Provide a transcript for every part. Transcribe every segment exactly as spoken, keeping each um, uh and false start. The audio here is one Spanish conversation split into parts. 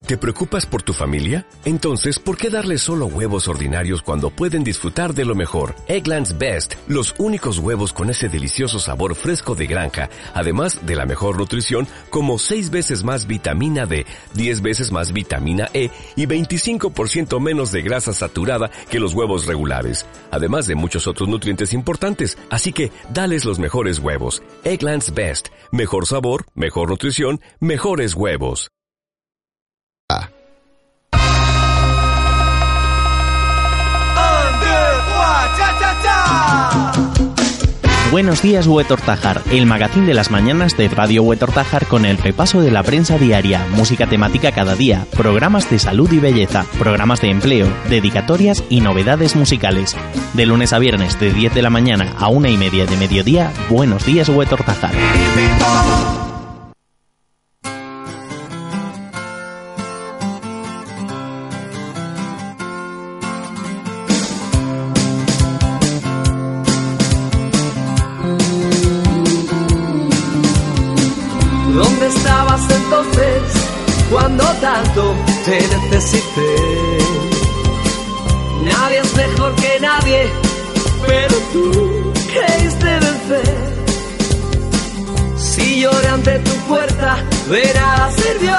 ¿Te preocupas por tu familia? Entonces, ¿por qué darles solo huevos ordinarios cuando pueden disfrutar de lo mejor? Eggland's Best, los únicos huevos con ese delicioso sabor fresco de granja, además de la mejor nutrición, como seis veces más vitamina D, diez veces más vitamina E y veinticinco por ciento menos de grasa saturada que los huevos regulares, además de muchos otros nutrientes importantes. Así que, dales los mejores huevos. Eggland's Best, mejor sabor, mejor nutrición, mejores huevos. Buenos días, Huetortájar, el magazín de las mañanas de Radio Huetortájar con el repaso de la prensa diaria, música temática cada día, programas de salud y belleza, programas de empleo, dedicatorias y novedades musicales. De lunes a viernes de diez de la mañana a una y media de mediodía, Buenos días, Huetortájar. ¿Dónde estabas entonces cuando tanto te necesité? Nadie es mejor que nadie, pero tú creíste vencer. Si lloré ante tu puerta, de nada sirvió.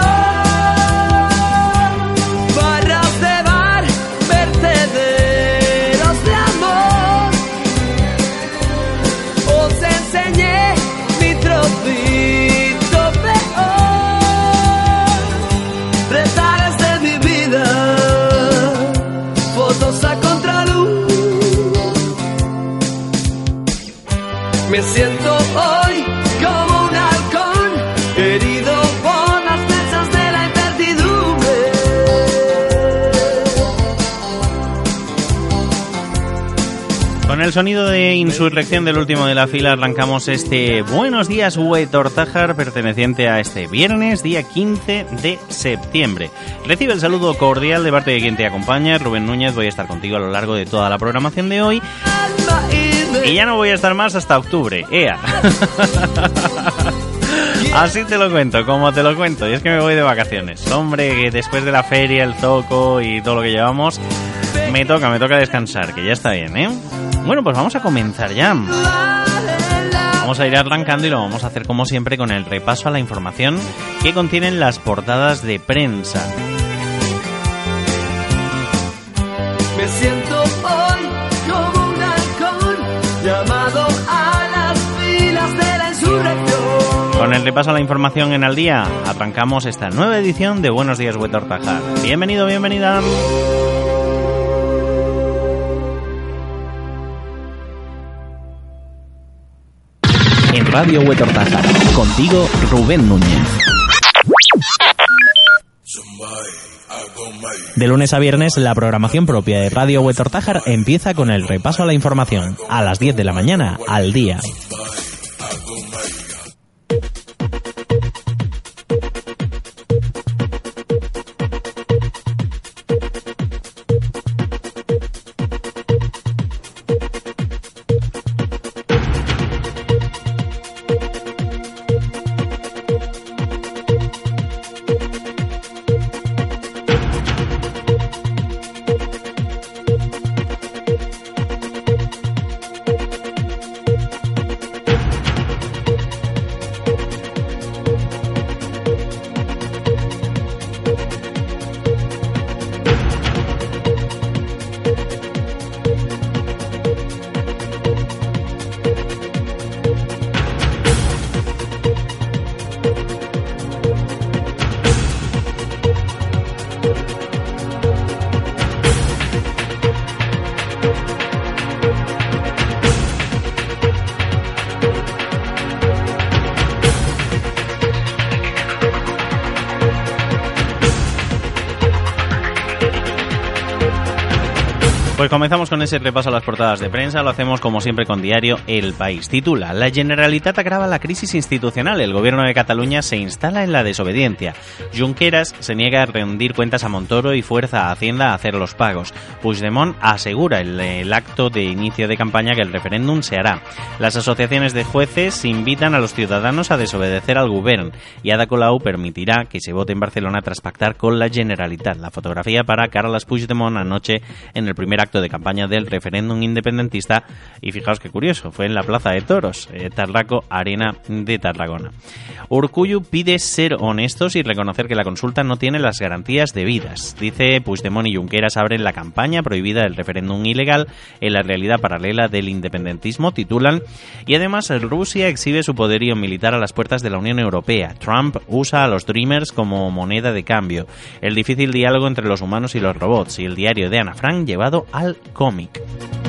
Barras de bar, vertederos de amor. Os enseñé mi trocito. Me siento hoy como un halcón, herido por las flechas de la incertidumbre. Con el sonido de insurrección del último de la fila arrancamos este Buenos días, Huetortájar, perteneciente a este viernes, día quince de septiembre. Recibe el saludo cordial de parte de quien te acompaña, Rubén Núñez. Voy a estar contigo a lo largo de toda la programación de hoy. Y ya no voy a estar más hasta octubre. ¡Ea! Así te lo cuento, como te lo cuento. Y es que me voy de vacaciones. Hombre, que después de la feria, el zoco y todo lo que llevamos, me toca, me toca descansar, que ya está bien, ¿eh? Bueno, pues vamos a comenzar ya. Vamos a ir arrancando y lo vamos a hacer como siempre con el repaso a la información que contienen las portadas de prensa. Me siento hoy como un halcón llamado a las filas de la insurrección. Con el repaso a la información en Al Día, arrancamos esta nueva edición de Buenos días, Huetortájar. Bienvenido, bienvenida. En Radio Huetortájar, contigo, Rubén Núñez. De lunes a viernes, la programación propia de Radio Huetortájar empieza con el repaso a la información. A las diez de la mañana, Al Día. Pues comenzamos con ese repaso a las portadas de prensa. Lo hacemos como siempre con Diario El País. Titula: La Generalitat agrava la crisis institucional. El gobierno de Cataluña se instala en la desobediencia. Junqueras se niega a rendir cuentas a Montoro y fuerza a Hacienda a hacer los pagos. Puigdemont asegura el, el acto de inicio de campaña que el referéndum se hará. Las asociaciones de jueces invitan a los ciudadanos a desobedecer al gobierno y Ada Colau permitirá que se vote en Barcelona tras pactar con la Generalitat. La fotografía para Carles Puigdemont anoche en el primer acto de campaña del referéndum independentista, y fijaos qué curioso, fue en la Plaza de Toros, eh, Tarraco, Arena de Tarragona. Urkullu pide ser honestos y reconocer que la consulta no tiene las garantías debidas. Dice: Puigdemont y Junqueras abren la campaña prohibida del referéndum ilegal en la realidad paralela del independentismo, titulan, y además Rusia exhibe su poderío militar a las puertas de la Unión Europea. Trump usa a los Dreamers como moneda de cambio. El difícil diálogo entre los humanos y los robots, y el diario de Ana Frank llevado al cómic.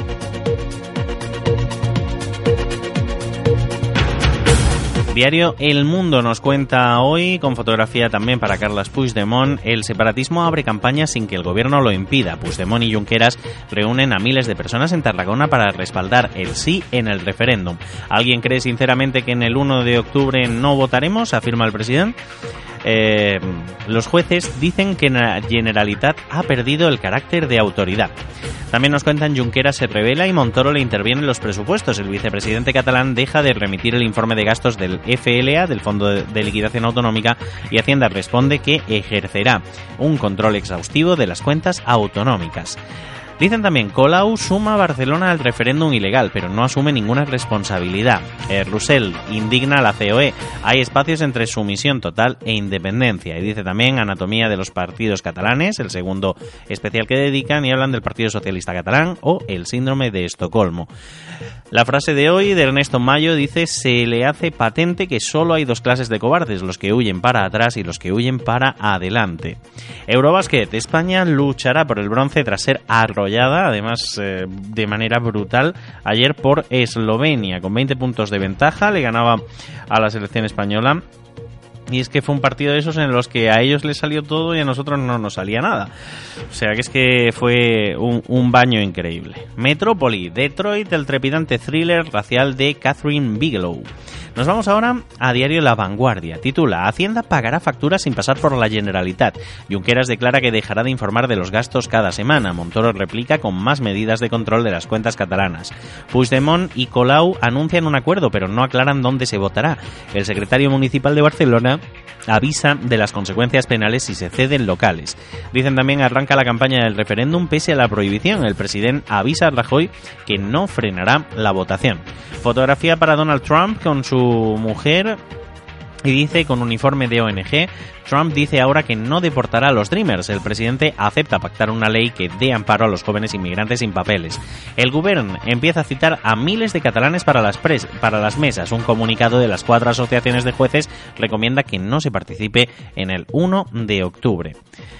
Diario El Mundo nos cuenta hoy, con fotografía también para Carles Puigdemont: el separatismo abre campaña sin que el gobierno lo impida. Puigdemont y Junqueras reúnen a miles de personas en Tarragona para respaldar el sí en el referéndum. ¿Alguien cree sinceramente que en el uno de octubre no votaremos?, afirma el presidente. Eh, los jueces dicen que la Generalitat ha perdido el carácter de autoridad. También nos cuentan: Junqueras se revela y Montoro le interviene en los presupuestos. El vicepresidente catalán deja de remitir el informe de gastos del F L A, del Fondo de Liquidación Autonómica, y Hacienda responde que ejercerá un control exhaustivo de las cuentas autonómicas. Dicen también: Colau suma a Barcelona al referéndum ilegal, pero no asume ninguna responsabilidad. Eh, Roussel indigna a la C O E. Hay espacios entre sumisión total e independencia. Y dice también: Anatomía de los partidos catalanes, el segundo especial que dedican, y hablan del Partido Socialista Catalán o el síndrome de Estocolmo. La frase de hoy de Ernesto Mayo dice: se le hace patente que solo hay dos clases de cobardes, los que huyen para atrás y los que huyen para adelante. Eurobásquet: España luchará por el bronce tras ser arrollada, además eh, de manera brutal, ayer por Eslovenia. Con veinte puntos de ventaja le ganaba a la selección española. Y es que fue un partido de esos en los que a ellos les salió todo y a nosotros no nos salía nada. O sea que es que fue un, un baño increíble. Metrópoli: Detroit, el trepidante thriller racial de Catherine Bigelow. Nos vamos ahora a Diario La Vanguardia. Titula: Hacienda pagará facturas sin pasar por la Generalitat. Junqueras declara que dejará de informar de los gastos cada semana. Montoro replica con más medidas de control de las cuentas catalanas. Puigdemont y Colau anuncian un acuerdo, pero no aclaran dónde se votará. El secretario municipal de Barcelona avisa de las consecuencias penales si se ceden locales. Dicen también: arranca la campaña del referéndum pese a la prohibición. El presidente avisa a Rajoy que no frenará la votación. Fotografía para Donald Trump con su mujer, y dice, con uniforme de O N G, Trump dice ahora que no deportará a los Dreamers. El presidente acepta pactar una ley que dé amparo a los jóvenes inmigrantes sin papeles. El gobierno empieza a citar a miles de catalanes para las, pres- para las mesas. Un comunicado de las cuatro asociaciones de jueces recomienda que no se participe en el uno de octubre.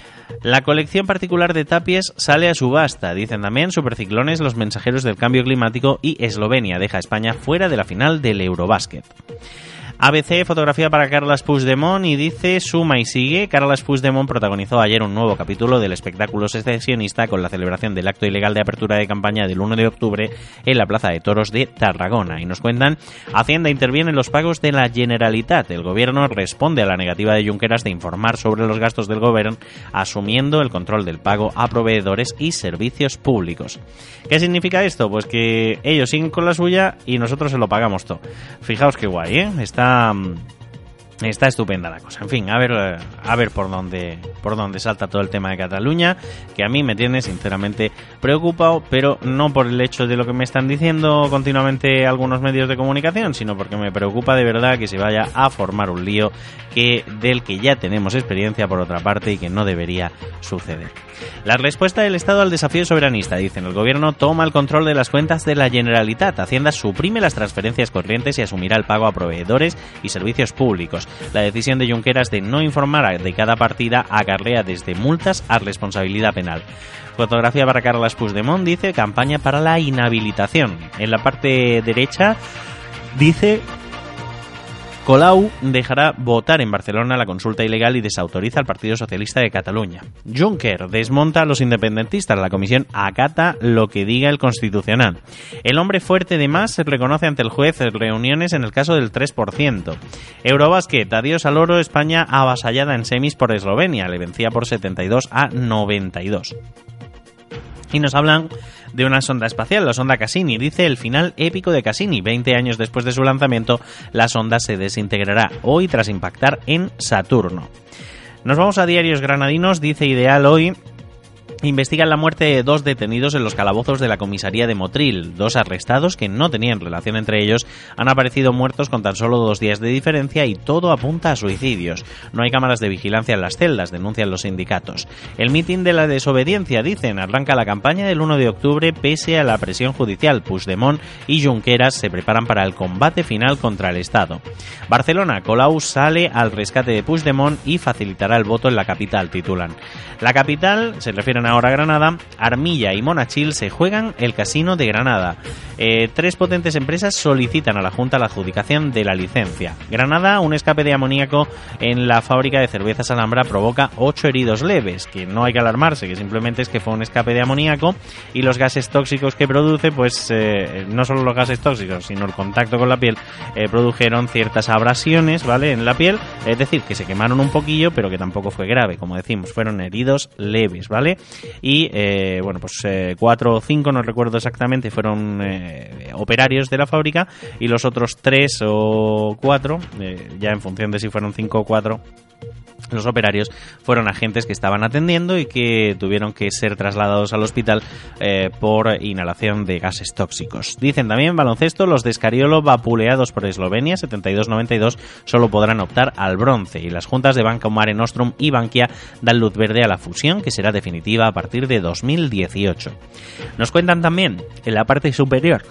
La colección particular de Tapies sale a subasta. Dicen también: Superciclones, los mensajeros del cambio climático, y Eslovenia deja a España fuera de la final del Eurobásquet. A B C, fotografía para Carles Puigdemont, y dice: suma y sigue. Carles Puigdemont protagonizó ayer un nuevo capítulo del espectáculo secesionista con la celebración del acto ilegal de apertura de campaña del uno de octubre en la Plaza de Toros de Tarragona. Y nos cuentan: Hacienda interviene en los pagos de la Generalitat. El gobierno responde a la negativa de Junqueras de informar sobre los gastos del gobierno, asumiendo el control del pago a proveedores y servicios públicos. ¿Qué significa esto? Pues que ellos siguen con la suya y nosotros se lo pagamos todo. Fijaos qué guay, ¿eh? Está Está estupenda la cosa. En fin, a ver, a ver por dónde, por dónde salta todo el tema de Cataluña, que a mí me tiene sinceramente preocupado, pero no por el hecho de lo que me están diciendo continuamente algunos medios de comunicación, sino porque me preocupa de verdad que se vaya a formar un lío que del que ya tenemos experiencia por otra parte y que no debería suceder. La respuesta del Estado al desafío soberanista: dicen, el gobierno toma el control de las cuentas de la Generalitat. Hacienda suprime las transferencias corrientes y asumirá el pago a proveedores y servicios públicos. La decisión de Junqueras de no informar de cada partida acarrea desde multas a responsabilidad penal. Fotografía para Carles Puigdemont, dice: campaña para la inhabilitación. En la parte derecha dice Colau dejará votar en Barcelona la consulta ilegal y desautoriza al Partido Socialista de Cataluña. Juncker desmonta a los independentistas. La Comisión acata lo que diga el Constitucional. El hombre fuerte de Mas reconoce ante el juez reuniones en el caso del tres por ciento. Eurobásquet, adiós al oro. España avasallada en semis por Eslovenia. Le vencía por setenta y dos a noventa y dos. Y nos hablan de una sonda espacial, la sonda Cassini. Dice el final épico de Cassini. veinte años después de su lanzamiento, la sonda se desintegrará hoy tras impactar en Saturno. Nos vamos a diarios granadinos. Dice Ideal hoy: investigan la muerte de dos detenidos en los calabozos de la comisaría de Motril. Dos arrestados que no tenían relación entre ellos han aparecido muertos con tan solo dos días de diferencia y todo apunta a suicidios. No hay cámaras de vigilancia en las celdas, denuncian los sindicatos. El mitin de la desobediencia, dicen, arranca la campaña del uno de octubre pese a la presión judicial. Puigdemont y Junqueras se preparan para el combate final contra el Estado. Barcelona, Colau sale al rescate de Puigdemont y facilitará el voto en la capital, titulan. La capital, se refieren ahora a Granada, Armilla y Monachil se juegan el casino de Granada. Eh, tres potentes empresas solicitan a la Junta la adjudicación de la licencia. Granada, un escape de amoníaco en la fábrica de cervezas Alhambra provoca ocho heridos leves, que no hay que alarmarse, que simplemente es que fue un escape de amoníaco y los gases tóxicos que produce, pues eh, no solo los gases tóxicos, sino el contacto con la piel, eh, produjeron ciertas abrasiones, ¿vale?, en la piel, es decir, que se quemaron un poquillo, pero que tampoco fue grave, como decimos, fueron heridos leves, ¿vale? Y, eh, bueno, pues eh, cuatro o cinco, no recuerdo exactamente, fueron eh, operarios de la fábrica y los otros tres o cuatro, eh, ya en función de si fueron cinco o cuatro, los operarios fueron agentes que estaban atendiendo y que tuvieron que ser trasladados al hospital eh, por inhalación de gases tóxicos. Dicen también, baloncesto, los de Escariolo vapuleados por Eslovenia, setenta y dos noventa y dos, solo podrán optar al bronce. Y las juntas de Banca Mare Nostrum y Bankia dan luz verde a la fusión, que será definitiva a partir de dos mil dieciocho. Nos cuentan también, en la parte superior,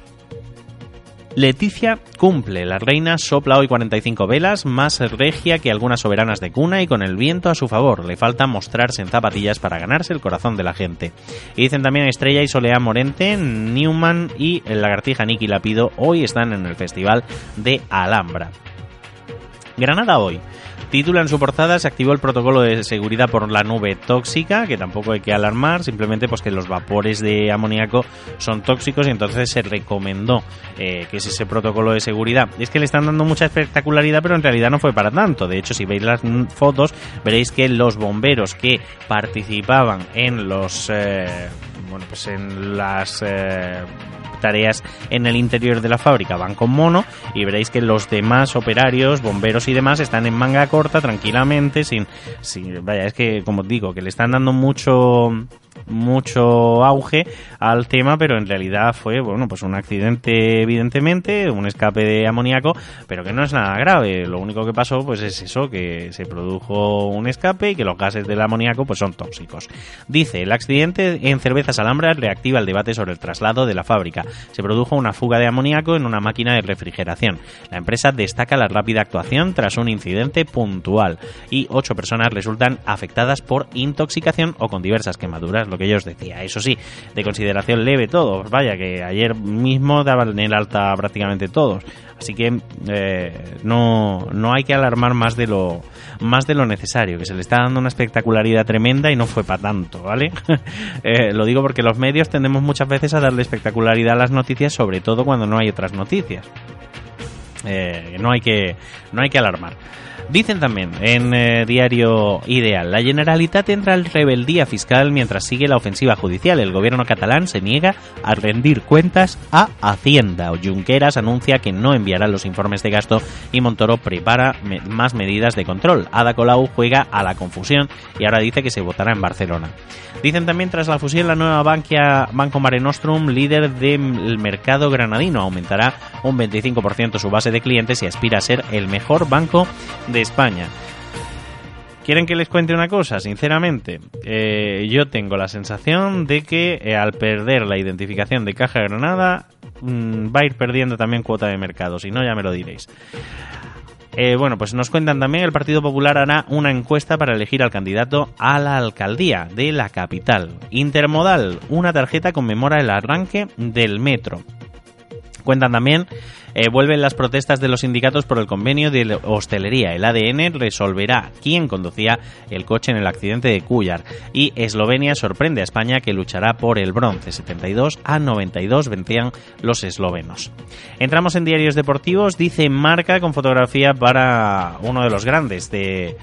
Leticia cumple. La reina sopla hoy cuarenta y cinco velas, más regia que algunas soberanas de cuna y con el viento a su favor. Le falta mostrarse en zapatillas para ganarse el corazón de la gente. Y dicen también Estrella y Soleá Morente, Newman y el lagartija Niki Lapido hoy están en el Festival de Alhambra. Granada hoy. Titula en su portada: se activó el protocolo de seguridad por la nube tóxica, que tampoco hay que alarmar, simplemente pues que los vapores de amoníaco son tóxicos y entonces se recomendó eh, que es ese protocolo de seguridad. Es que le están dando mucha espectacularidad, pero en realidad no fue para tanto. De hecho, si veis las fotos, veréis que los bomberos que participaban en los eh, bueno pues en las eh, tareas en el interior de la fábrica van con mono, y veréis que los demás operarios, bomberos y demás están en manga corta tranquilamente, sin, sin vaya, es que como digo, que le están dando mucho mucho auge al tema, pero en realidad fue, bueno, pues un accidente, evidentemente, un escape de amoníaco, pero que no es nada grave. Lo único que pasó pues es eso, que se produjo un escape y que los gases del amoníaco pues son tóxicos. Dice, el accidente en Cervezas Alhambra reactiva el debate sobre el traslado de la fábrica. Se produjo una fuga de amoníaco en una máquina de refrigeración. La empresa destaca la rápida actuación tras un incidente puntual y ocho personas resultan afectadas por intoxicación o con diversas quemaduras, lo que yo os decía. Eso sí, de consideración leve todos. Vaya, que ayer mismo daban el alta prácticamente todos. Así que eh, no, no hay que alarmar más de lo más de lo necesario, que se le está dando una espectacularidad tremenda y no fue para tanto, ¿vale? eh, lo digo porque los medios tendemos muchas veces a darle espectacularidad a las noticias, sobre todo cuando no hay otras noticias. Eh, no hay que no hay que alarmar. Dicen también en eh, Diario Ideal, la Generalitat entra en rebeldía fiscal mientras sigue la ofensiva judicial. El gobierno catalán se niega a rendir cuentas a Hacienda. Junqueras anuncia que no enviará los informes de gasto y Montoro prepara me- más medidas de control. Ada Colau juega a la confusión y ahora dice que se votará en Barcelona. Dicen también, tras la fusión, la nueva Bankia, Banco Mare Nostrum, líder del mercado granadino, aumentará un veinticinco por ciento su base de clientes y aspira a ser el mejor banco de España. ¿Quieren que les cuente una cosa? Sinceramente, eh, yo tengo la sensación de que eh, al perder la identificación de Caja Granada mmm, va a ir perdiendo también cuota de mercado, si no ya me lo diréis. Eh, bueno, pues nos cuentan también, el Partido Popular hará una encuesta para elegir al candidato a la alcaldía de la capital. Intermodal, una tarjeta conmemora el arranque del metro. Cuentan también, eh, vuelven las protestas de los sindicatos por el convenio de hostelería. El A D N resolverá quién conducía el coche en el accidente de Cúllar. Y Eslovenia sorprende a España, que luchará por el bronce. setenta y dos a noventa y dos vencían los eslovenos. Entramos en diarios deportivos. Dice Marca, con fotografía para uno de los grandes de,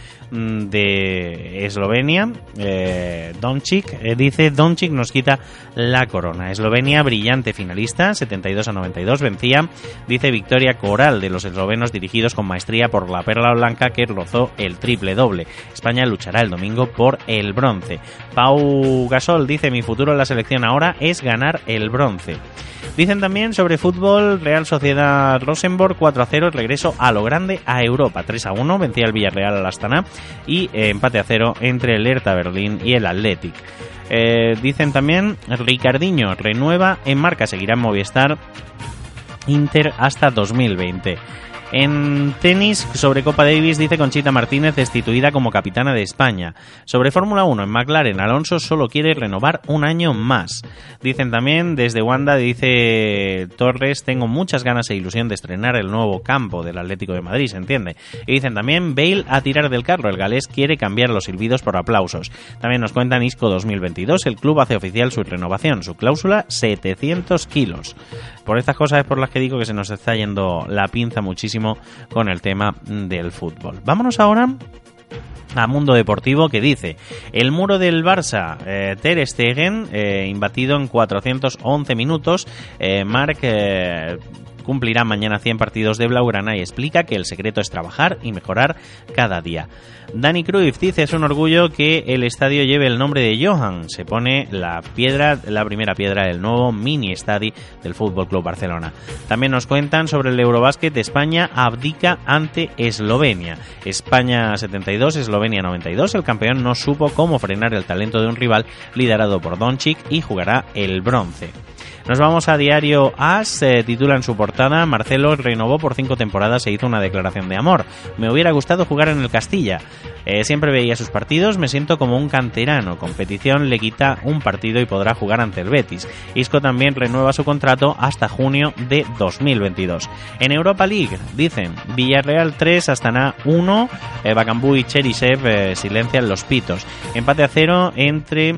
de Eslovenia, eh, Doncic. Eh, dice Doncic nos quita la corona. Eslovenia, brillante finalista, setenta y dos a noventa y dos vencía. Dice victoria coral de los eslovenos, dirigidos con maestría por la perla blanca, que rozó el triple doble. España luchará el domingo por el bronce. Pau Gasol dice mi futuro en la selección ahora es ganar el bronce. Dicen también sobre fútbol, Real Sociedad Rosenborg cuatro a cero, regreso a lo grande a Europa. tres a uno vencía el Villarreal al Astana y eh, empate a cero entre el Hertha Berlín y el Athletic. Eh, dicen también Ricardinho renueva en Marca, seguirá en Movistar Inter hasta dos mil veinte. En tenis, sobre Copa Davis, dice Conchita Martínez destituida como capitana de España. Sobre Fórmula uno, en McLaren, Alonso solo quiere renovar un año más. Dicen también, desde Wanda, dice Torres, tengo muchas ganas e ilusión de estrenar el nuevo campo del Atlético de Madrid, se entiende. Y dicen también, Bale a tirar del carro, el galés quiere cambiar los silbidos por aplausos. También nos cuentan Isco dos mil veintidós, el club hace oficial su renovación, su cláusula setecientos kilos. Por estas cosas es por las que digo que se nos está yendo la pinza muchísimo con el tema del fútbol. Vámonos ahora a Mundo Deportivo, que dice el muro del Barça, eh, Ter Stegen, eh, imbatido en cuatrocientos once minutos. eh, Marc eh, cumplirá mañana cien partidos de blaugrana y explica que el secreto es trabajar y mejorar cada día. Dani Cruyff dice es un orgullo que el estadio lleve el nombre de Johan. Se pone la piedra, la primera piedra del nuevo mini estadio del F C Barcelona. También nos cuentan sobre el Eurobásquet. España abdica ante Eslovenia. España setenta y dos, Eslovenia noventa y dos. El campeón no supo cómo frenar el talento de un rival liderado por Doncic y jugará el bronce. Nos vamos a Diario As, eh, titula en su portada Marcelo renovó por cinco temporadas e hizo una declaración de amor. Me hubiera gustado jugar en el Castilla. Eh, siempre veía sus partidos, me siento como un canterano. Competición le quita un partido y podrá jugar ante el Betis. Isco también renueva su contrato hasta junio de dos mil veintidós. En Europa League, dicen Villarreal tres, Astana uno, eh, Bakambu y Cherisev eh, silencian los pitos. Empate a cero entre...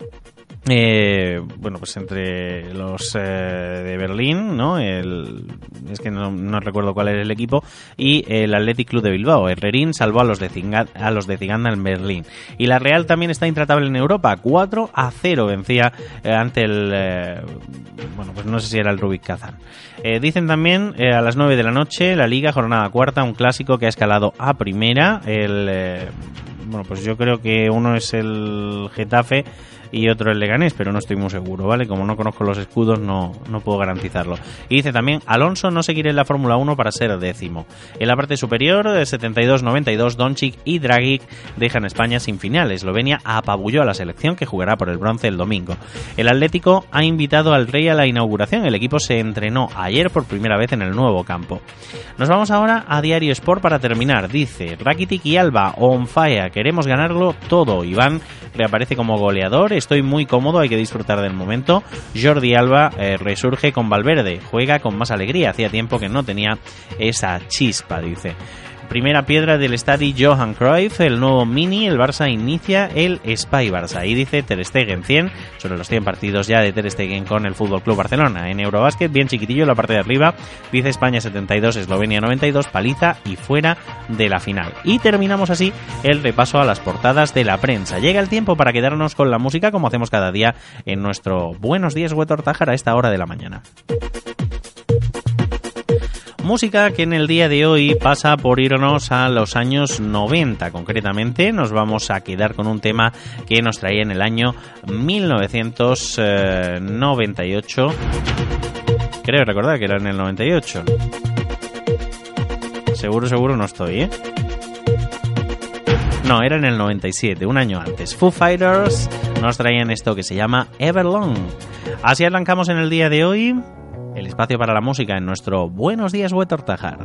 Eh, bueno, pues entre los eh, de Berlín, ¿no? El, es que no, no recuerdo cuál era el equipo, y el Athletic Club de Bilbao. Herrerín salvó a los de Zinganda, a los de Ziganda en Berlín. Y la Real también está intratable en Europa. cuatro a cero vencía eh, ante el... Eh, bueno, pues no sé si era el Rubik Kazán. Eh, dicen también eh, a las nueve de la noche, la Liga, jornada cuarta, un clásico que ha escalado a primera. El... Eh, bueno, pues yo creo que uno es el Getafe y otro el Leganés, pero no estoy muy seguro, ¿vale? Como no conozco los escudos, no, no puedo garantizarlo. Y dice también, Alonso no seguirá en la Fórmula uno para ser décimo. En la parte superior, setenta y dos noventa y dos, Doncic y Dragic dejan España sin final. Eslovenia apabulló a la selección, que jugará por el bronce el domingo. El Atlético ha invitado al Rey a la inauguración. El equipo se entrenó ayer por primera vez en el nuevo campo. Nos vamos ahora a Diario Sport para terminar. Dice, Rakitic y Alba on fire, queremos ganarlo todo. Iván reaparece como goleador. Estoy muy cómodo, hay que disfrutar del momento. Jordi Alba eh, resurge con Valverde, juega con más alegría, hacía tiempo que no tenía esa chispa, dice. Primera piedra del estadio Johan Cruyff, el nuevo mini, el Barça inicia el Spy Barça. Ahí dice Ter Stegen cien, sobre los cien partidos ya de Ter Stegen con el F C Barcelona. En Eurobásquet, bien chiquitillo, la parte de arriba, dice España setenta y dos, Eslovenia noventa y dos, paliza y fuera de la final. Y terminamos así el repaso a las portadas de la prensa. Llega el tiempo para quedarnos con la música, como hacemos cada día en nuestro Buenos Días Huetortájar a esta hora de la mañana. Música que en el día de hoy pasa por irnos a los años noventa. Concretamente nos vamos a quedar con un tema que nos traía en el año mil novecientos noventa y ocho. Creo recordar que era en el noventa y ocho. Seguro, seguro no estoy, ¿eh? No, era en el noventa y siete, un año antes. Foo Fighters nos traían esto que se llama Everlong. Así arrancamos en el día de hoy el espacio para la música en nuestro Buenos Días Huetortájar.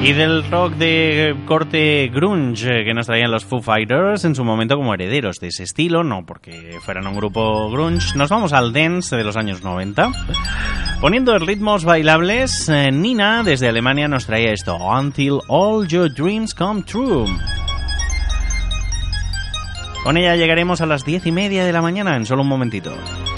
Y del rock de corte grunge que nos traían los Foo Fighters en su momento como herederos de ese estilo, no porque fueran un grupo grunge, nos vamos al dance de los años noventa. Poniendo ritmos bailables, Nina desde Alemania nos traía esto, Until All Your Dreams Come True. Con ella llegaremos a las diez y media de la mañana en solo un momentito.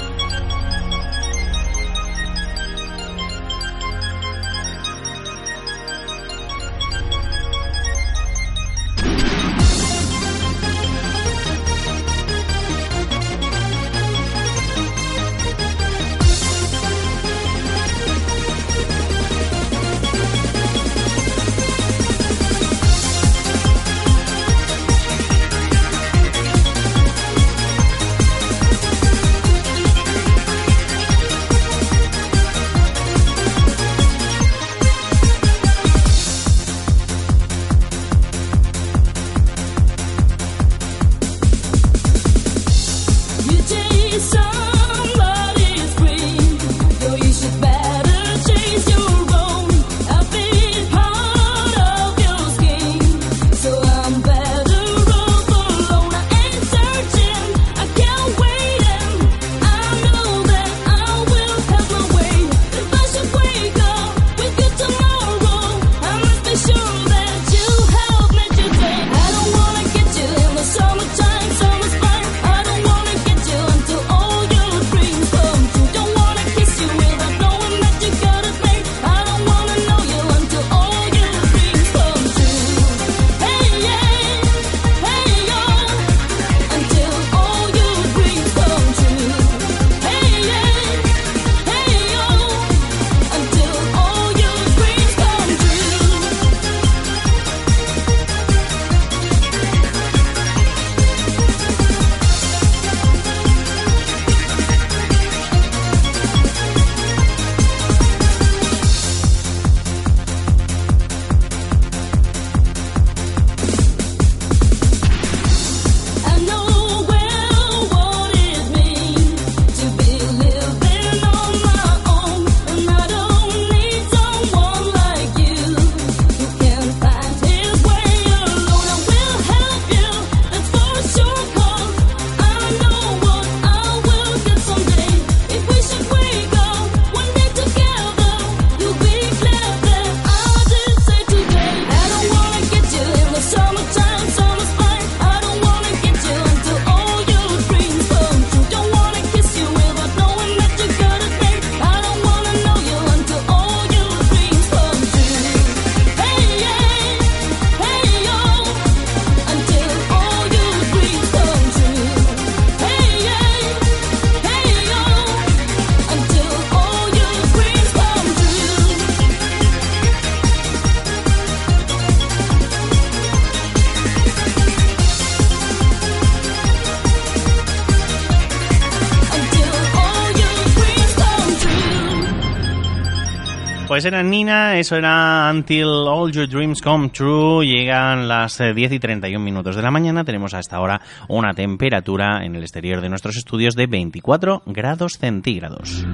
Pues era Nina, eso era Until All Your Dreams Come True. Llegan las diez y treinta y un minutos de la mañana. Tenemos hasta ahora una temperatura en el exterior de nuestros estudios de veinticuatro grados centígrados.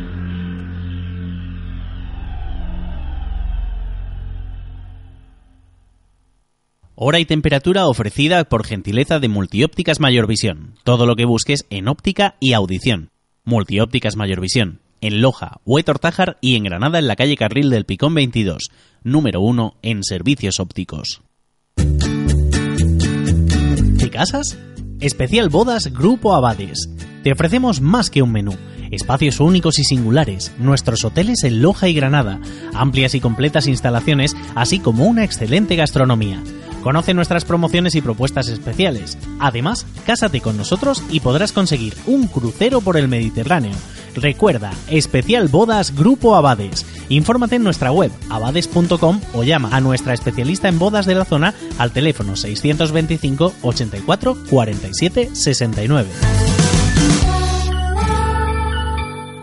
Hora y temperatura ofrecida por gentileza de Multiópticas Mayor Visión. Todo lo que busques en óptica y audición. Multiópticas Mayor Visión. En Loja, Huetortájar y en Granada en la calle Carril del Picón veintidós, número uno en servicios ópticos. ¿Te casas? Especial Bodas Grupo Abades. Te ofrecemos más que un menú, espacios únicos y singulares, nuestros hoteles en Loja y Granada, amplias y completas instalaciones, así como una excelente gastronomía. Conoce nuestras promociones y propuestas especiales. Además, cásate con nosotros y podrás conseguir un crucero por el Mediterráneo. Recuerda, Especial Bodas Grupo Abades. Infórmate en nuestra web abades punto com o llama a nuestra especialista en bodas de la zona al teléfono seiscientos veinticinco ochenta y cuatro cuarenta y siete sesenta y nueve.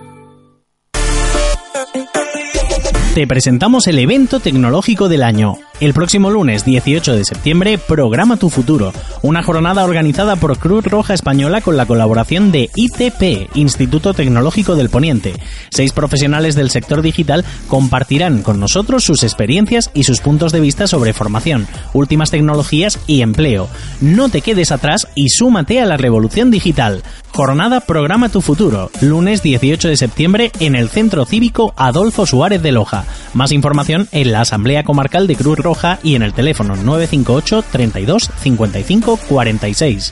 Te presentamos el evento tecnológico del año, El próximo lunes dieciocho de septiembre, Programa tu Futuro, una jornada organizada por Cruz Roja Española con la colaboración de I T P, Instituto Tecnológico del Poniente. Seis profesionales del sector digital compartirán con nosotros sus experiencias y sus puntos de vista sobre formación, últimas tecnologías y empleo. No te quedes atrás y súmate a la revolución digital. Jornada Programa tu Futuro, lunes dieciocho de septiembre en el Centro Cívico Adolfo Suárez de Loja. Más información en la Asamblea Comarcal de Cruz Roja y en el teléfono nueve cinco ocho, treinta y dos, cincuenta y cinco, cuarenta y seis.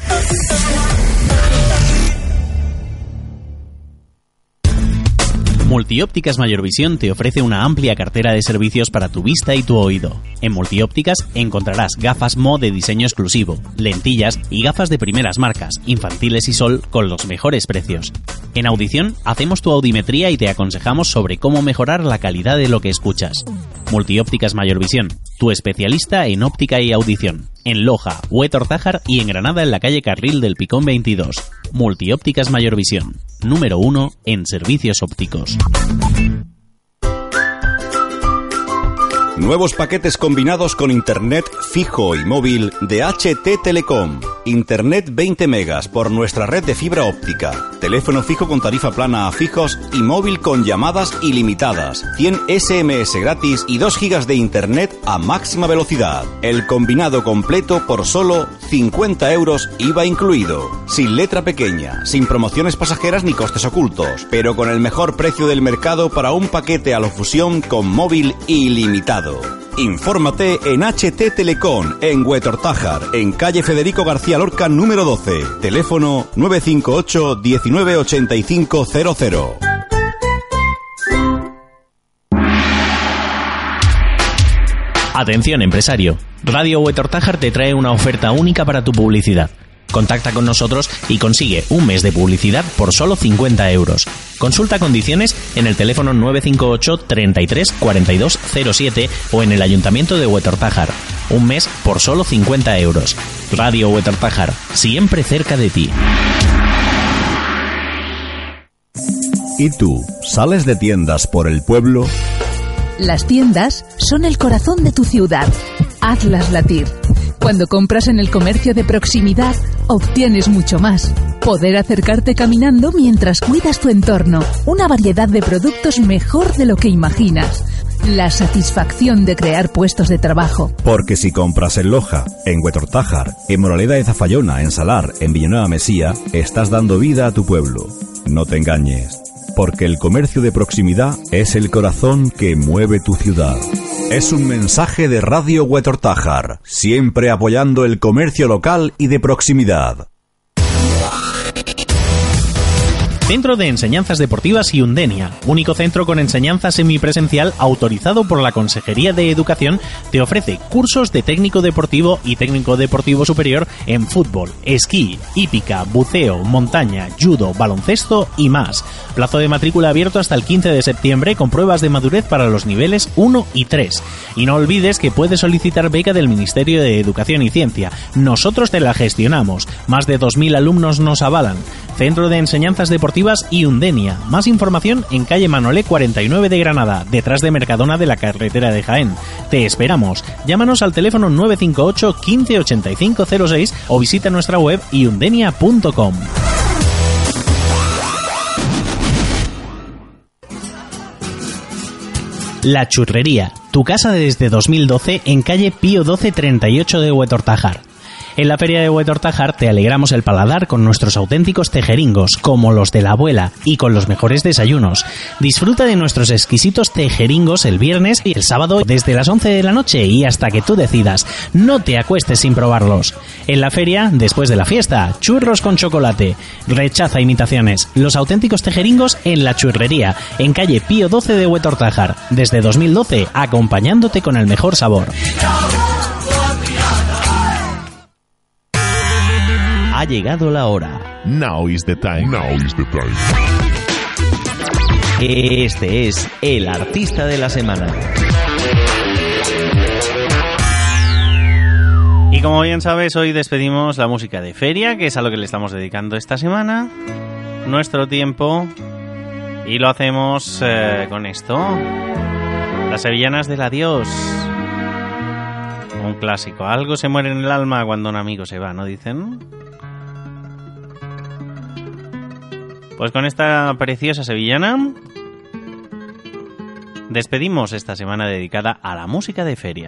Multiópticas Mayor Visión te ofrece una amplia cartera de servicios para tu vista y tu oído. En Multiópticas encontrarás gafas M O de diseño exclusivo, lentillas y gafas de primeras marcas, infantiles y sol con los mejores precios. En audición hacemos tu audimetría y te aconsejamos sobre cómo mejorar la calidad de lo que escuchas. Multiópticas Mayor Visión, tu especialista en óptica y audición. En Loja, Huetortájar y en Granada en la calle Carril del Picón veintidós. Multiópticas Mayor Visión, número uno en servicios ópticos. Nuevos paquetes combinados con internet fijo y móvil de H T Telecom. Internet veinte megas por nuestra red de fibra óptica. Teléfono fijo con tarifa plana a fijos y móvil con llamadas ilimitadas. cien ese eme ese gratis y dos gigas de internet a máxima velocidad. El combinado completo por solo cincuenta euros I V A incluido. Sin letra pequeña, sin promociones pasajeras ni costes ocultos, pero con el mejor precio del mercado para un paquete a lo fusión con móvil ilimitado. Infórmate en H T Telecom, en Huetortájar, en calle Federico García Lorca número doce. Teléfono nueve cinco ocho, diecinueve ochenta y cinco cero cero. Atención empresario, Radio Huetortájar te trae una oferta única para tu publicidad. Contacta con nosotros y consigue un mes de publicidad por solo cincuenta euros. Consulta condiciones en el teléfono nueve cinco ocho, treinta y tres, cuarenta y dos cero siete o en el Ayuntamiento de Huetortájar. Un mes por solo cincuenta euros. Radio Huetortájar, siempre cerca de ti. ¿Y tú, sales de tiendas por el pueblo? Las tiendas son el corazón de tu ciudad. Hazlas latir. Cuando compras en el comercio de proximidad, obtienes mucho más. Poder acercarte caminando mientras cuidas tu entorno. Una variedad de productos mejor de lo que imaginas. La satisfacción de crear puestos de trabajo. Porque si compras en Loja, en Huetortájar, en Moraleda de Zafallona, en Salar, en Villanueva Mesía, estás dando vida a tu pueblo. No te engañes, porque el comercio de proximidad es el corazón que mueve tu ciudad. Es un mensaje de Radio Huetortájar, siempre apoyando el comercio local y de proximidad. Centro de Enseñanzas Deportivas Iundenia, único centro con enseñanza semipresencial autorizado por la Consejería de Educación, te ofrece cursos de técnico deportivo y técnico deportivo superior en fútbol, esquí, hípica, buceo, montaña, judo, baloncesto y más. Plazo de matrícula abierto hasta el quince de septiembre con pruebas de madurez para los niveles uno y tres. Y no olvides que puedes solicitar beca del Ministerio de Educación y Ciencia. Nosotros te la gestionamos. Más de dos mil alumnos nos avalan. Centro de Enseñanzas Deportivas Iundenia. Más información en calle Manolé cuarenta y nueve de Granada, detrás de Mercadona de la carretera de Jaén. Te esperamos. Llámanos al teléfono nueve cinco ocho, quince ochenta y cinco cero seis o visita nuestra web iundenia punto com. La Churrería, tu casa desde dos mil doce en calle Pío doce treinta y ocho de Huetortájar. En la feria de Huetortájar te alegramos el paladar con nuestros auténticos tejeringos, como los de la abuela, y con los mejores desayunos. Disfruta de nuestros exquisitos tejeringos el viernes y el sábado desde las once de la noche y hasta que tú decidas. No te acuestes sin probarlos. En la feria, después de la fiesta, churros con chocolate. Rechaza imitaciones. Los auténticos tejeringos en La Churrería, en calle Pío doce de Huetortájar. Desde dos mil doce, acompañándote con el mejor sabor. Ha llegado la hora. Now is the time. Now is the time. Este es el artista de la semana. Y como bien sabes, hoy despedimos la música de feria, que es a lo que le estamos dedicando esta semana, nuestro tiempo, y lo hacemos eh, con esto. Las sevillanas del adiós. Un clásico. Algo se muere en el alma cuando un amigo se va, ¿no dicen? Pues con esta preciosa sevillana despedimos esta semana dedicada a la música de feria.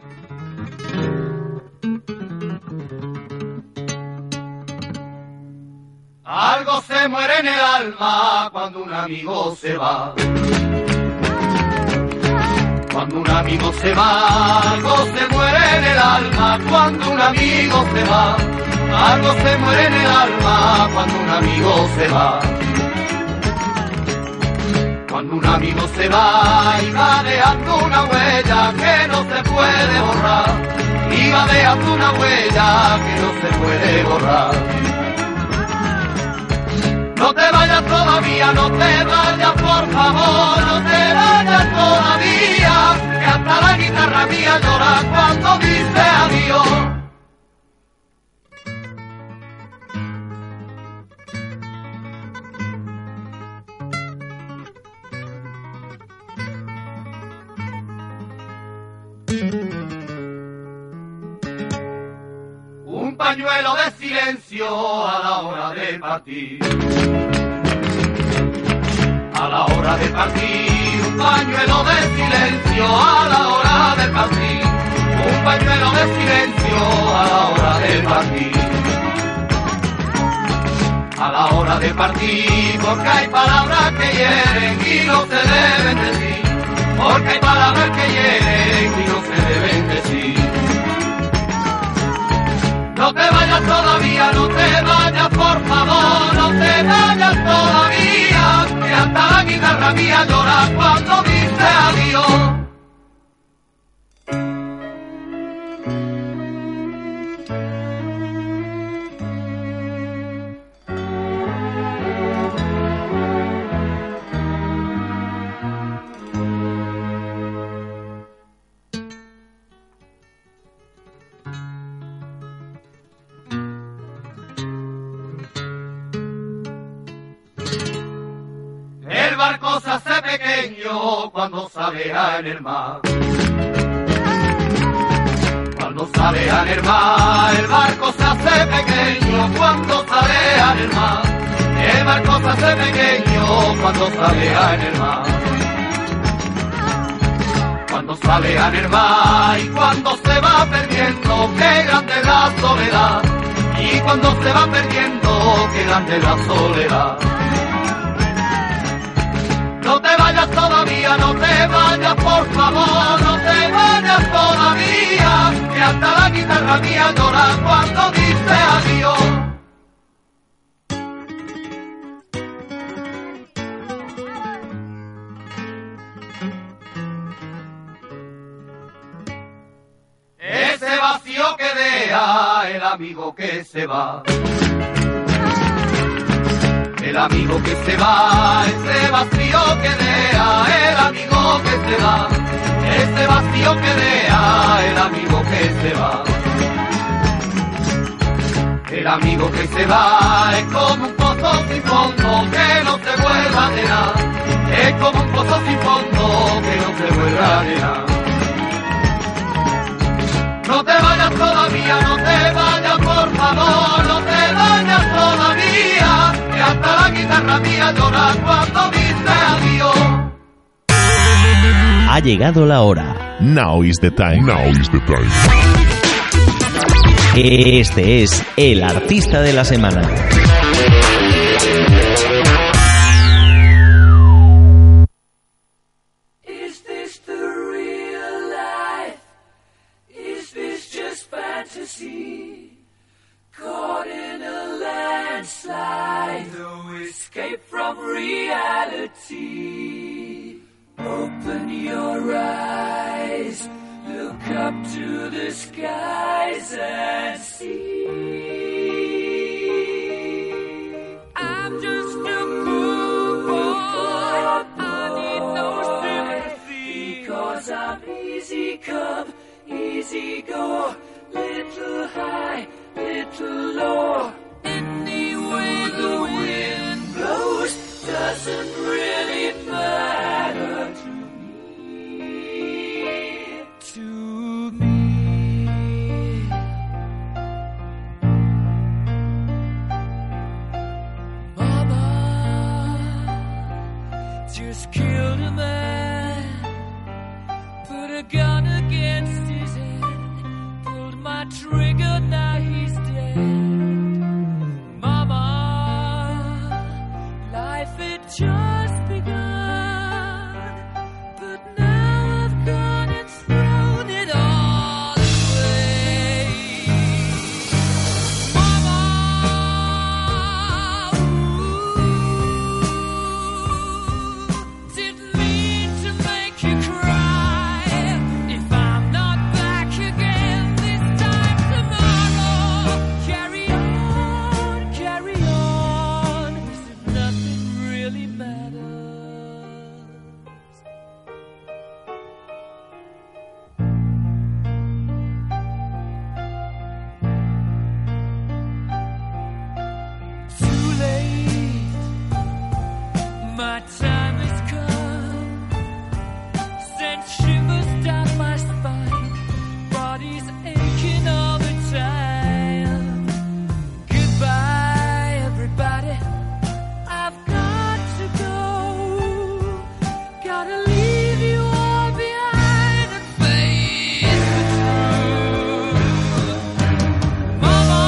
Algo se muere en el alma cuando un amigo se va. Cuando un amigo se va, algo se muere en el alma cuando un amigo se va. Algo se muere en el alma cuando un amigo se va. Cuando un amigo se va y va dejando una huella que no se puede borrar. Y va dejando una huella que no se puede borrar. No te vayas todavía, no te vayas por favor, no te vayas todavía, que hasta la guitarra mía llora cuando dice adiós. Un pañuelo de silencio a la hora de partir. A la hora de partir, un pañuelo de silencio a la hora de partir. Un pañuelo de silencio a la hora de partir. A la hora de partir, porque hay palabras que hieren y no se deben decir. Porque hay palabras que hieren y no se deben decir. No te vayas todavía, no te vayas por favor, no te vayas todavía, que hasta la guitarra mía llora cuando dice adiós. El barco se hace pequeño cuando sale en el mar. Cuando sale en el mar, el barco se hace pequeño cuando sale en el mar. El barco se hace pequeño cuando sale en el mar. Cuando sale en el mar y cuando se va perdiendo, qué grande es la soledad. Y cuando se va perdiendo, qué grande es la soledad. No te vayas todavía, no te vayas por favor, no te vayas todavía, que hasta la guitarra mía llora cuando dice adiós. Ese vacío que deja el amigo que se va. El amigo que se va, ese vacío que deja, el amigo que se va, ese vacío que deja, el amigo que se va. El amigo que se va es como un pozo sin fondo que no se vuelva a llenar. Es como un pozo sin fondo que no se vuelva a llenar. No te vayas todavía, no te vayas por favor, no te vayas todavía, que hasta la guitarra mía llora cuando dice adiós. Ha llegado la hora. Now is the time. Now is the time. Este es el artista de la semana. Is this the real life? Is this just fantasy? Caught in a landslide, no escape from reality. Open your eyes, look up to the skies and see. I'm just a poor boy, I need no sympathy, because I'm easy come, easy go, little high, little low. Any way the wind blows doesn't really matter to me, to me. gun against his head, pulled my trigger, now he's dead. Mama, life had just begun, but now I've gone and thrown it all away. Mama, ooh, didn't mean to make you cry. If I'm not back again this time tomorrow, carry on, carry on, as if nothing really matters. Too late, my time has come. Sent shivers down my spine, body's aching all the time. Goodbye, everybody, I've got to go. Gotta leave you all behind and face the truth. Mama,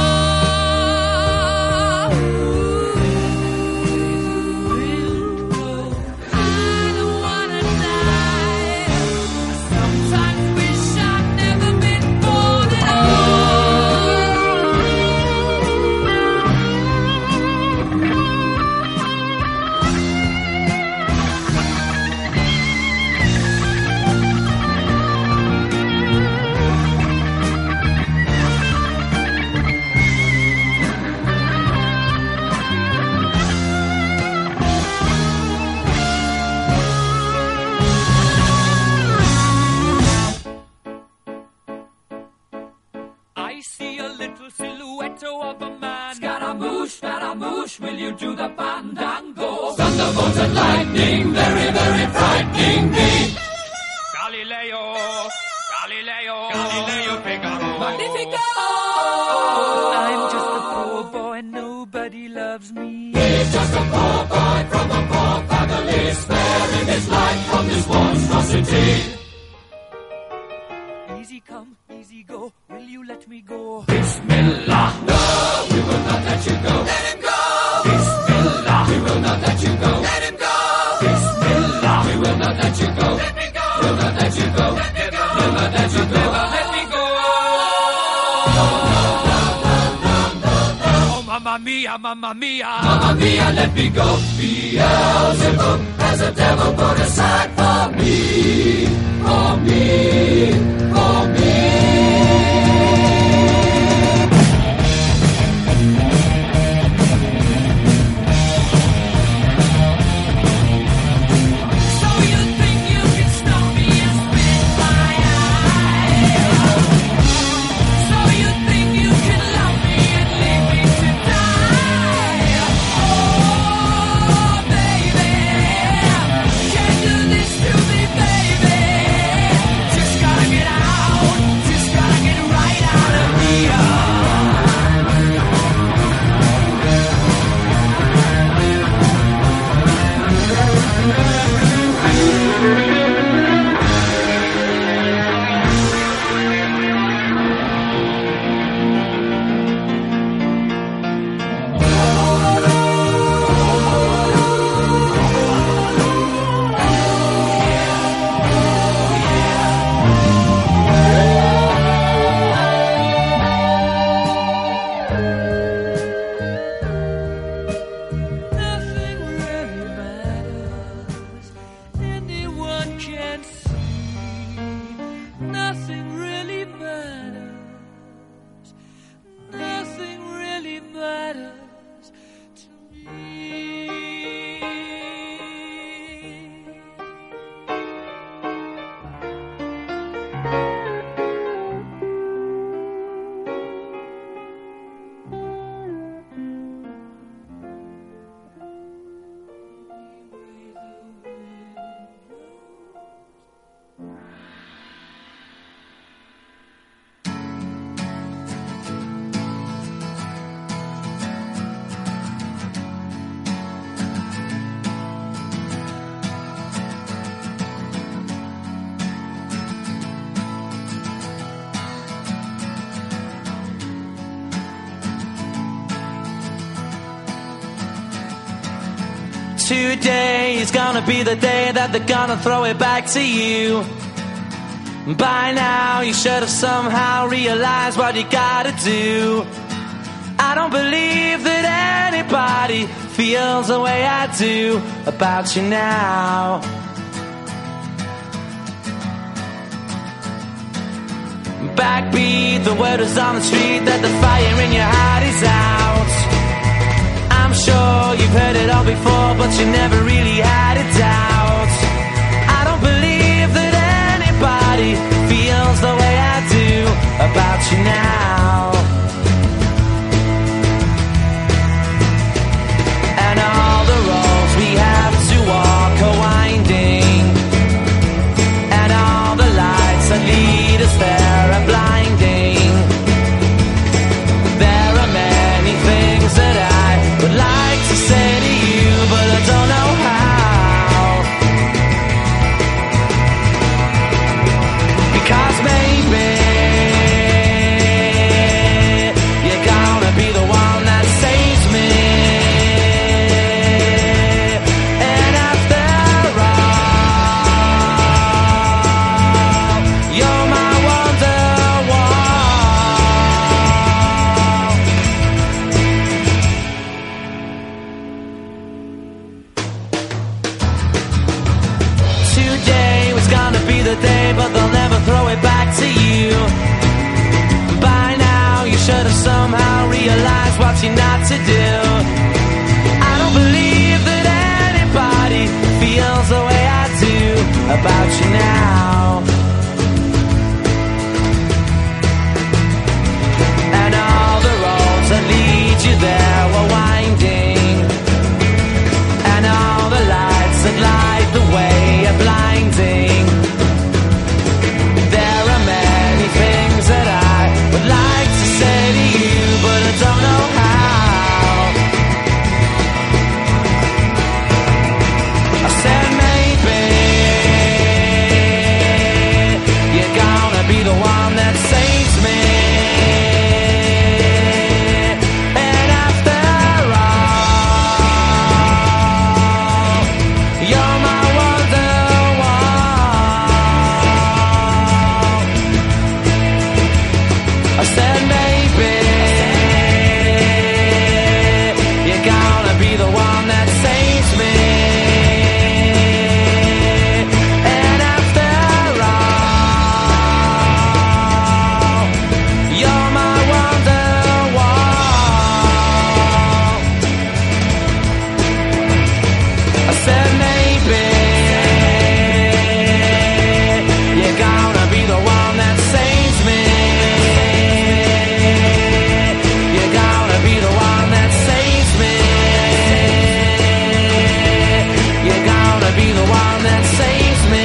I don't wanna die. Sometimes wish I'd never been born at all. I see a little silhouette of a man. Scaramouche, Scaramouche, will you do the fandango? Thunderbolt and lightning, very, very frightening me. Galileo, Galileo, Galileo Figaro. Magnifico! I'm just a poor boy, nobody loves me. He's just a poor boy from a poor family, sparing his life from this monstrosity. Easy come, easy go, will you let me go? Bismillah, no, we will not let you go. Let him go! Bismillah, we will not let you go. Let him go! Bismillah, we will not let you go. Let me go! We'll not let you go. Let me go! We'll not let you go. Never let me go! Oh, mamma mia, mamma mia, mamma mia, let me go. Beelzebub has a devil put aside for me, for me, for me. So you think you can stop me and spit my eye? So you think you can love me and leave me to die? Oh, baby, can't do this to me, baby. Just gotta get out, just gotta get right out of here. Nothing really matters. Anyone can see. Nothing really matters. Nothing really matters to me. Today is gonna be the day that they're gonna throw it back to you. By now you should have somehow realized what you gotta do. I don't believe that anybody feels the way I do about you now. Backbeat, the word is on the street that the fire in your heart is out. I'm sure you've heard it all before, but you never really had a doubt. I don't believe that anybody feels the way I do about you now. And all the roads we have to walk are winding, and all the lights that lead us there are blinding. There are many things that I would like to say to you, but I don't know how. Because maybe you're gonna be the one that saves me. And after all, you're my Wonderwall. Today was gonna be the day, but they'll never throw it back to you. By now you should have somehow realized what you're not to do. I don't believe that anybody feels the way I do about you now. And all the roads that lead you there were winding, and all the lights that light the way are blinding. There are many things that I would like to say to you, but I don't know how. I said maybe you're gonna be the one that saves me. And after all, you're my Wonderwall. I said maybe you're gonna be the one that saves me. And after all, you're my Wonderwall. I said maybe you're gonna be the one that saves me. You're gonna be the one that saves me. You're gonna be the one that saves me.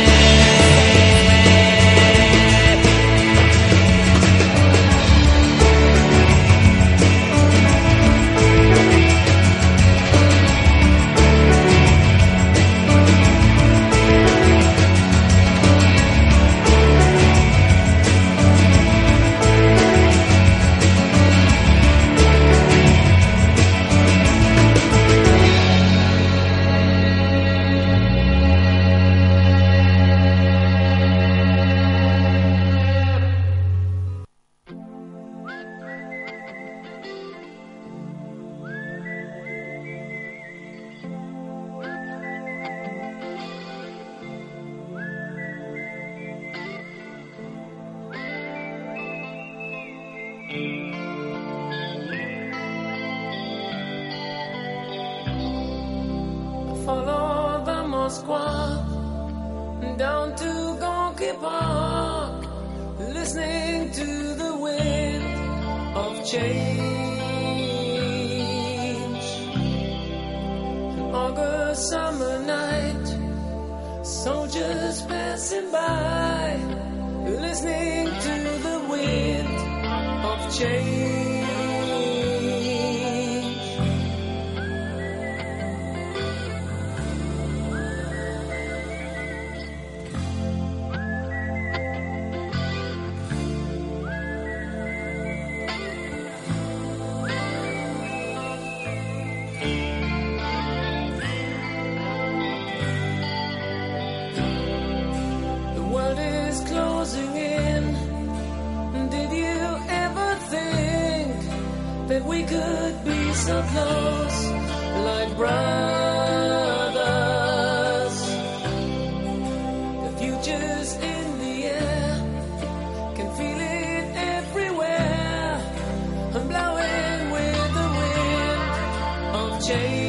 Follow the Moskwa down to Gonky Park, listening to the wind of change. An August summer night, soldiers passing by, listening to the wind of change. that we could be so close, like brothers. The future's in the air, can feel it everywhere. I'm blowing with the wind of change.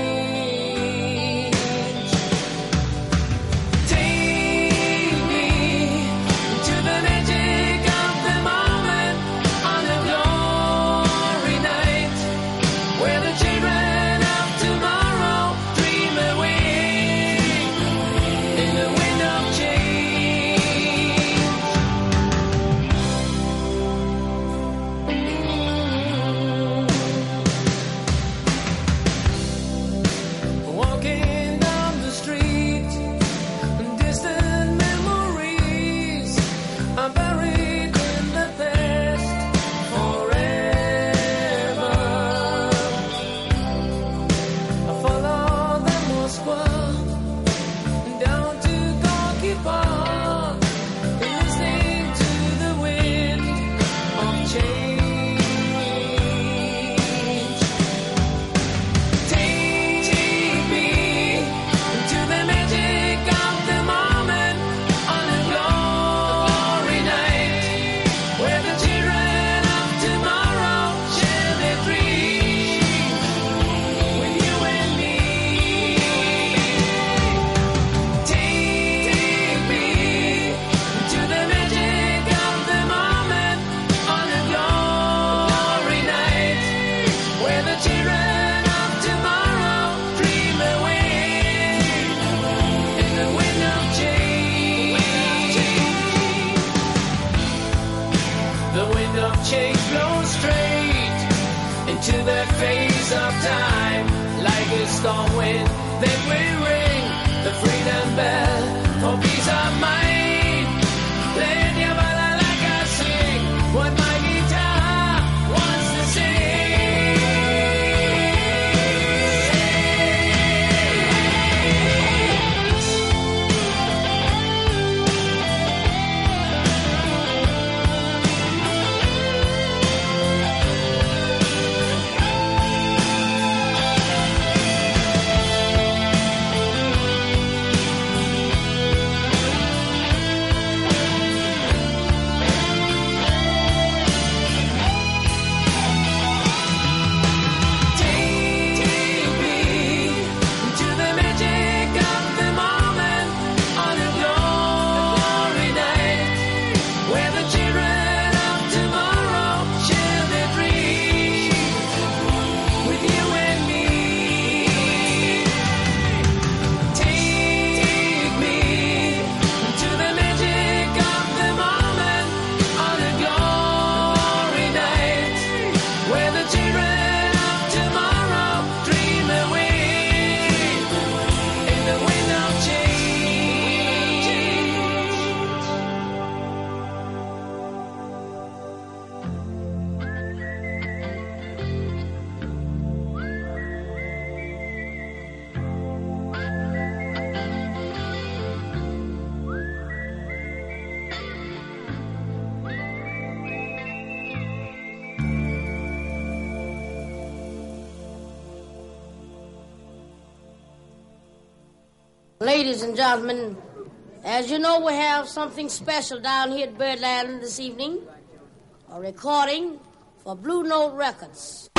Ladies and gentlemen, as you know, we have something special down here at Birdland this evening. A recording for Blue Note Records.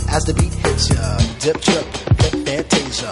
as the beat hits ya. Dip, trip, flip, fantasia.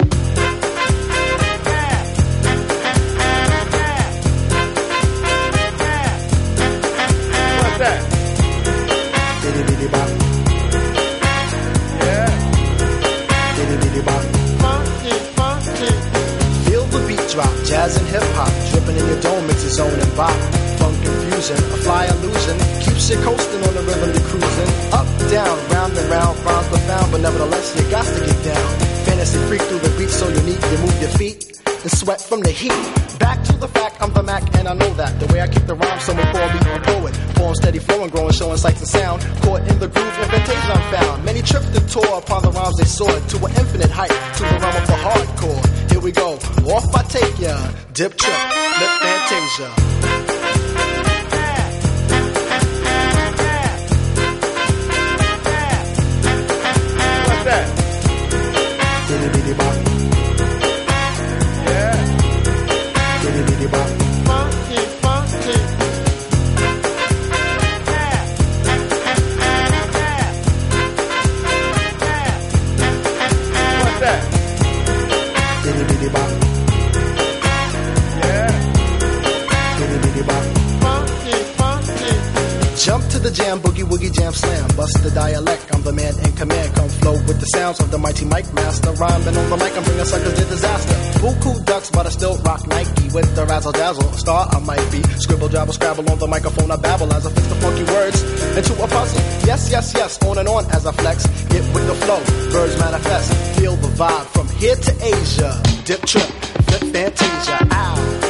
What's that? Bitty bitty bop. Yeah. Bitty bitty bop. Funky, funky. Feel the beat drop, jazz and hip hop, dripping in your dome, it's a zone and bop. Funk confusion, a fly illusion, keeps you coasting on the rhythm you're cruising. Up, down, round and round, rhymes profound, but nevertheless you got to get down. Fantasy freak through the beat so unique, you move your feet and sweat from the heat. Back to the fact, I'm the Mac and I know that. The way I kick the rhyme, someone call me a poet. Form steady flowing, growing, showing sights and sound. Caught in the groove, invitation I'm found. Many tripped and tore upon the rhymes they soared to an infinite height, to the realm of the hardcore. Here we go, off I take ya. Dip, trip, flip, fantasia. What's that? Bitty bitty bop. Yeah. Bitty bitty bop. Funky, funky. What's that? Bitty bitty bop. Yeah. Bitty bitty bop. Funky, funky. Jump to the jam, boogie woogie jam slam. Bust the dialect, I'm the man in command. Come flow with the sounds of the mighty mic master. Rhyming on the mic, I'm bringing suckers to disaster. Buku ducks, but I still rock Nike with the razzle dazzle. A star I might be. Scribble, jabble, scrabble on the microphone. I babble as I fix the funky words into a puzzle. Yes, yes, yes, on and on as I flex. Get with the flow, birds manifest. Feel the vibe from here to Asia. Dip, trip, flip, fantasia. Ow.